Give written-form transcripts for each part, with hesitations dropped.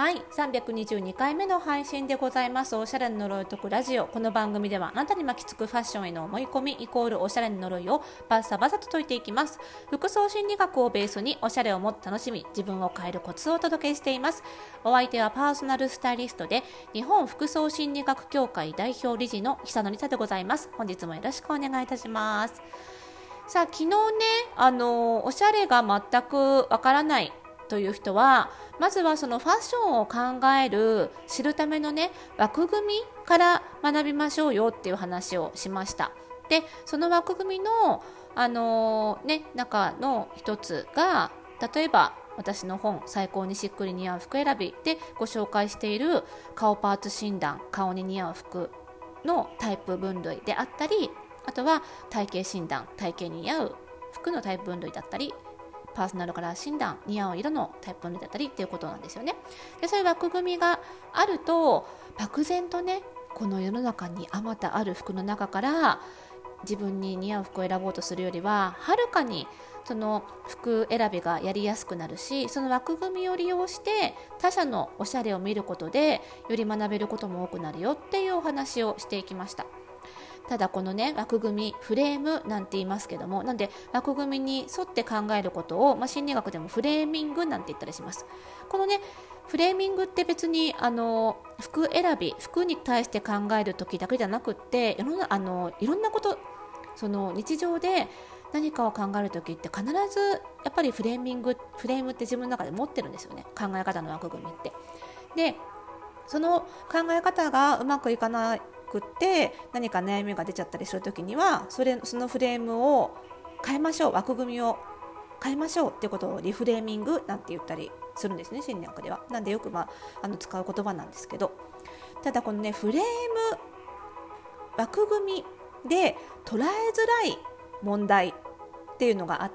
はい、322回目の配信でございます。おしゃれの呪いを解くラジオ。この番組ではあなたに巻きつくファッションへの思い込みイコールおしゃれの呪いをバッサバサと解いていきます。服装心理学をベースにおしゃれをもっと楽しみ、自分を変えるコツをお届けしています。お相手はパーソナルスタイリストで日本服装心理学協会代表理事の久野理沙でございます。本日もよろしくお願いいたします。さあ、昨日ね、おしゃれが全くわからないという人は、まずはそのファッションを考える知るためのね枠組みから学びましょうよっていう話をしました。でその枠組みの、中の一つが、例えば私の本最高にしっくり似合う服選びでご紹介している顔パーツ診断、顔に似合う服のタイプ分類であったり、あとは体型診断、体型に似合う服のタイプ分類だったり、パーソナルカラー診断、似合う色のタイプ分類だったりっていうことなんですよね。でそういう枠組みがあると、漠然とね、この世の中にあまたある服の中から自分に似合う服を選ぼうとするよりは、はるかにその服選びがやりやすくなるし、その枠組みを利用して他者のおしゃれを見ることでより学べることも多くなるよっていうお話をしていきました。ただこのね枠組み、フレームなんて言いますけども、なんで枠組みに沿って考えることを、心理学でもフレーミングなんて言ったりします。このねフレーミングって別に服選び、服に対して考える時だけじゃなくって、いろんなこと、その日常で何かを考える時って必ずやっぱりフレームって自分の中で持ってるんですよね、考え方の枠組みって。でその考え方がうまくいかなくって何か悩みが出ちゃったりするときには、そのフレームを変えましょう、枠組みを変えましょうっていうことをリフレーミングなんて言ったりするんですね、心理学では。なんでよく、使う言葉なんですけど、ただこのねフレーム、枠組みで捉えづらい問題っていうのがあって、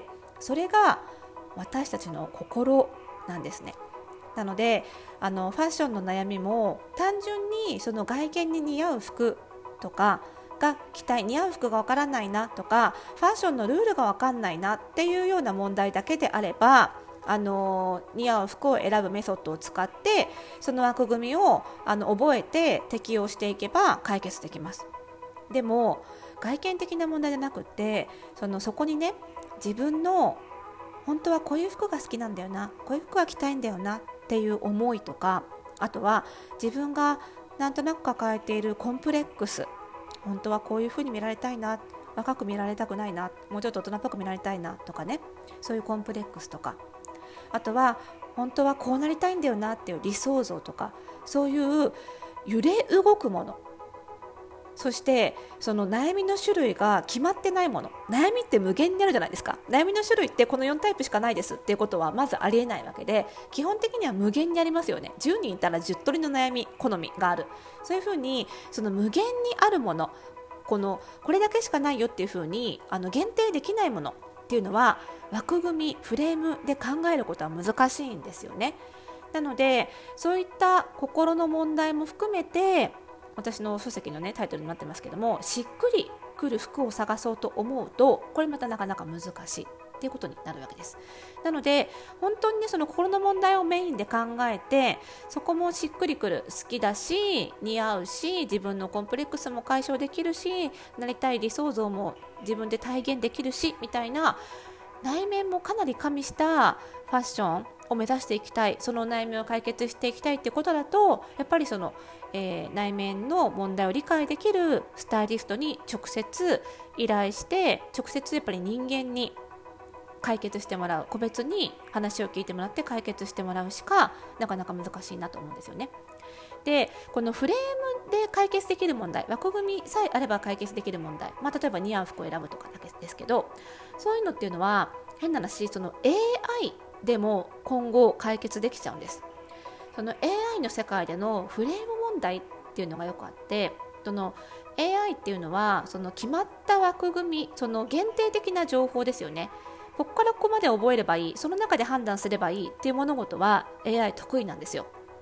それが私たちの心なんですね。なのでファッションの悩みも単純にその外見に似合う服とかが着たい、似合う服がわからないなとか、ファッションのルールがわかんないなっていうような問題だけであれば、似合う服を選ぶメソッドを使ってその枠組みを覚えて適用していけば解決できます。でも外見的な問題じゃなくて、そこにね、自分の本当はこういう服が好きなんだよな、こういう服が着たいんだよなっていう思いとか、あとは自分がなんとなく抱えているコンプレックス、本当はこういう風に見られたいな、若く見られたくないな、もうちょっと大人っぽく見られたいなとかね、そういうコンプレックスとか、あとは本当はこうなりたいんだよなっていう理想像とか、そういう揺れ動くもの、そしてその悩みの種類が決まってないもの、悩みって無限にあるじゃないですか。悩みの種類ってこの4タイプしかないですっていうことはまずありえないわけで、基本的には無限にありますよね。10人いたら10通りの悩み、好みがある。そういうふうにその無限にあるもの、これだけしかないよっていうふうに限定できないものっていうのは枠組み、フレームで考えることは難しいんですよね。なのでそういった心の問題も含めて、私の書籍の、タイトルになってますけども、しっくりくる服を探そうと思うと、これまたなかなか難しいっていうことになるわけです。なので本当にね、その心の問題をメインで考えて、そこもしっくりくる、好きだし似合うし、自分のコンプレックスも解消できるし、なりたい理想像も自分で体現できるしみたいな、内面もかなり加味したファッションを目指していきたい、その悩みを解決していきたいってことだと、やっぱり内面の問題を理解できるスタイリストに直接依頼して、直接やっぱり人間に解決してもらう、個別に話を聞いてもらって解決してもらうしかなかなか難しいなと思うんですよね。でこのフレームで解決できる問題、枠組みさえあれば解決できる問題、例えば似合う服を選ぶとかだけですけど、そういうのっていうのは変な話、その AI でも今後解決できちゃうんです。その AI の世界でのフレーム問題っていうのがよくあって、その AI っていうのはその決まった枠組み、その限定的な情報ですよね。ここからここまで覚えればいい、その中で判断すればいいっていう物事は AI 得意なんですよ。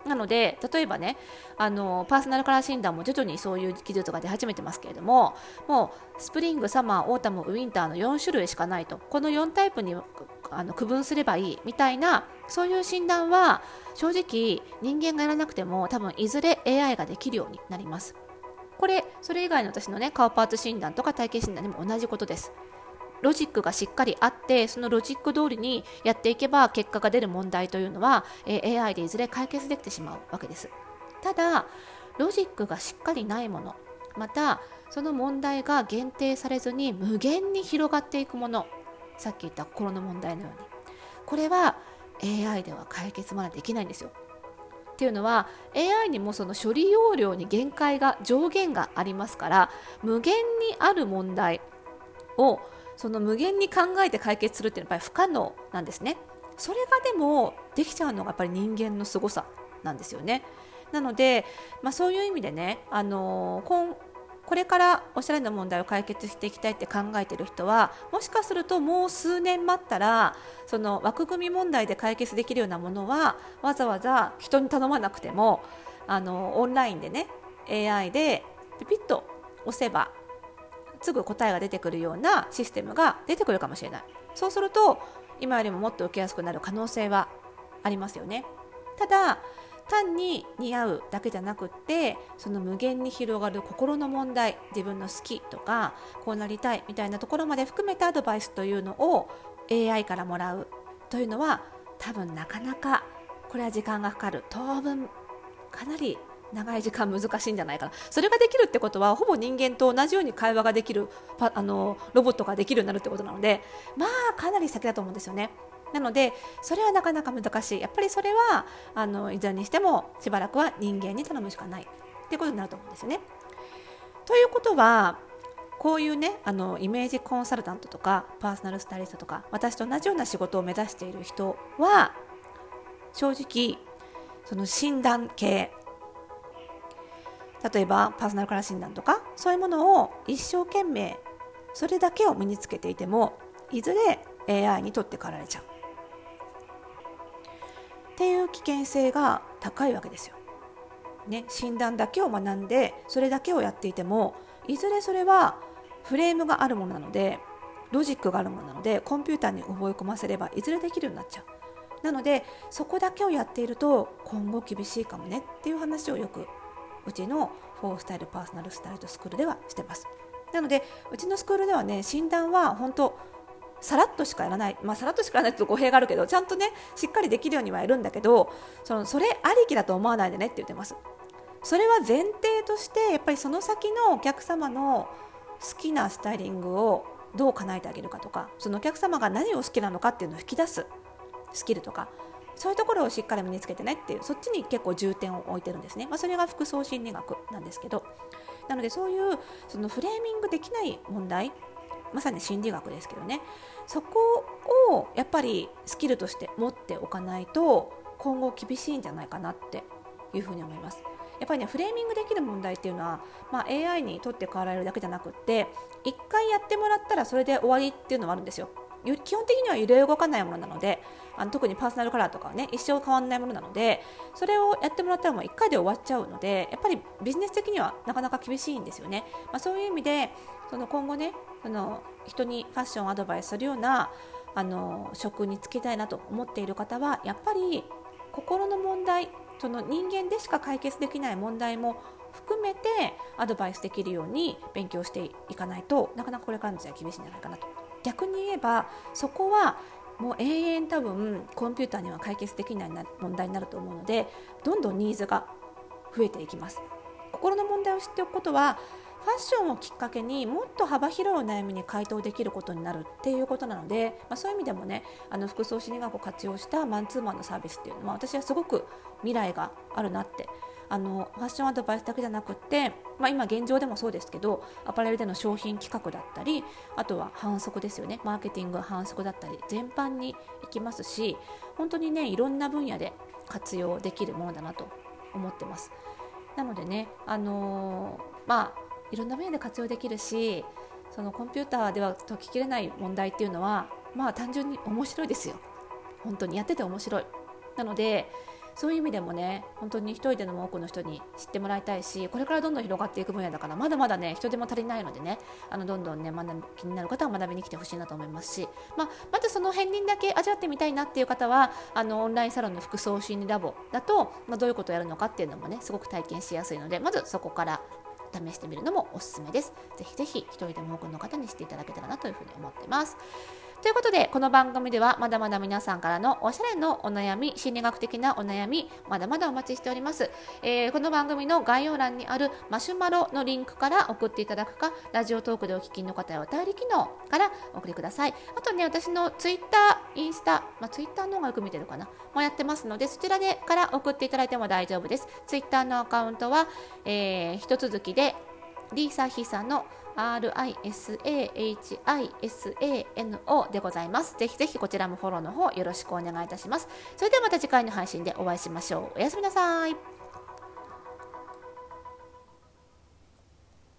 なので例えばねパーソナルカラー診断も徐々にそういう技術が出始めてますけれども、もうスプリング、サマー、オータム、ウィンターの4種類しかないと、この4タイプに区分すればいいみたいな、そういう診断は正直人間がやらなくても多分いずれ AI ができるようになります。それ以外の私のね顔パーツ診断とか体型診断でも同じことです。ロジックがしっかりあって、そのロジック通りにやっていけば結果が出る問題というのは、AI でいずれ解決できてしまうわけです。ただロジックがしっかりないもの、またその問題が限定されずに無限に広がっていくもの、さっき言った心の問題のように、これは AI では解決まだできないんですよ。っていうのは AI にもその処理容量に限界が上限がありますから、無限にある問題をその無限に考えて解決するっていうのはやっぱり不可能なんですね。それがでもできちゃうのがやっぱり人間の凄さなんですよね。なので、そういう意味でね、これからおしゃれな問題を解決していきたいって考えている人は、もしかするともう数年待ったらその枠組み問題で解決できるようなものはわざわざ人に頼まなくてもオンラインでね AI でピッと押せばすぐ答えが出てくるようなシステムが出てくるかもしれない。そうすると今よりももっと受けやすくなる可能性はありますよね。ただ単に似合うだけじゃなくって、その無限に広がる心の問題、自分の好きとかこうなりたいみたいなところまで含めたアドバイスというのを AI からもらうというのは多分なかなかこれは時間がかかる、当分かなり長い時間難しいんじゃないかな。それができるってことはほぼ人間と同じように会話ができるロボットができるようになるってことなので、かなり先だと思うんですよね。なのでそれはなかなか難しい。やっぱりそれはいずれにしてもしばらくは人間に頼むしかないっていうことになると思うんですよね。ということはこういうねイメージコンサルタントとかパーソナルスタイリストとか私と同じような仕事を目指している人は正直その診断系、例えばパーソナルカラー診断とかそういうものを一生懸命それだけを身につけていてもいずれ AI に取って代わられちゃうっていう危険性が高いわけですよ、ね、診断だけを学んでそれだけをやっていてもいずれそれはフレームがあるものなので、ロジックがあるものなのでコンピューターに覚え込ませればいずれできるようになっちゃう。なのでそこだけをやっていると今後厳しいかもねっていう話をよくうちのフォースタイルパーソナルスタイルスクールではしてます。なのでうちのスクールではね、診断は本当さらっとしかやらない、さらっとしかやらないと語弊があるけどちゃんとねしっかりできるようにはいるんだけど、それありきだと思わないでねって言ってます。それは前提としてやっぱりその先のお客様の好きなスタイリングをどう叶えてあげるかとか、そのお客様が何を好きなのかっていうのを引き出すスキルとか、そういうところをしっかり身につけてねっていう、そっちに結構重点を置いてるんですね。それが服装心理学なんですけど、なのでそういうそのフレーミングできない問題、まさに心理学ですけどね、そこをやっぱりスキルとして持っておかないと今後厳しいんじゃないかなっていうふうに思います。やっぱりねフレーミングできる問題っていうのは、AI に取って代わられるだけじゃなくって一回やってもらったらそれで終わりっていうのもあるんですよ。基本的には揺れ動かないものなので、特にパーソナルカラーとかはね一生変わらないものなので、それをやってもらったらもう1回で終わっちゃうので、やっぱりビジネス的にはなかなか厳しいんですよね。そういう意味で今後ね人にファッションをアドバイスするような職に就きたいなと思っている方はやっぱり心の問題、人間でしか解決できない問題も含めてアドバイスできるように勉強していかないとなかなかこれからの時代厳しいんじゃないかなと。逆に言えばそこはもう永遠多分コンピューターには解決できない問題になると思うので、どんどんニーズが増えていきます。心の問題を知っておくことはファッションをきっかけにもっと幅広いお悩みに回答できることになるっていうことなので、そういう意味でもね服装心理学を活用したマンツーマンのサービスっていうのは私はすごく未来があるなって、ファッションアドバイスだけじゃなくって、今現状でもそうですけどアパレルでの商品企画だったり、あとは販促ですよね、マーケティング販促だったり全般にいきますし、本当にねいろんな分野で活用できるものだなと思ってます。なのでねいろんな分野で活用できるし、そのコンピューターでは解ききれない問題っていうのは単純に面白いですよ。本当にやってて面白い。なのでそういう意味でもね、本当に一人でも多くの人に知ってもらいたいし、これからどんどん広がっていく分野だから、まだまだね人手も足りないのでね、どんどんね気になる方は学びに来てほしいなと思いますし、まずその片鱗だけ味わってみたいなっていう方はオンラインサロンの服装心理ラボだと、どういうことをやるのかっていうのもねすごく体験しやすいので、まずそこから試してみるのもおすすめです。ぜひぜひ一人でも多くの方に知っていただけたらなというふうに思っています。ということで、この番組ではまだまだ皆さんからのおしゃれのお悩み、心理学的なお悩み、まだまだお待ちしております。この番組の概要欄にあるマシュマロのリンクから送っていただくか、ラジオトークでお聞きの方はお便り機能からお送りください。あとね、私のツイッター、インスタ、ツイッターの方がよく見てるかな、もやってますので、そちらでから送っていただいても大丈夫です。ツイッターのアカウントは、一続きでリーサヒサのRISAHISANO でございます。ぜひぜひこちらもフォローの方よろしくお願いいたします。それではまた次回の配信でお会いしましょう。おやすみなさい。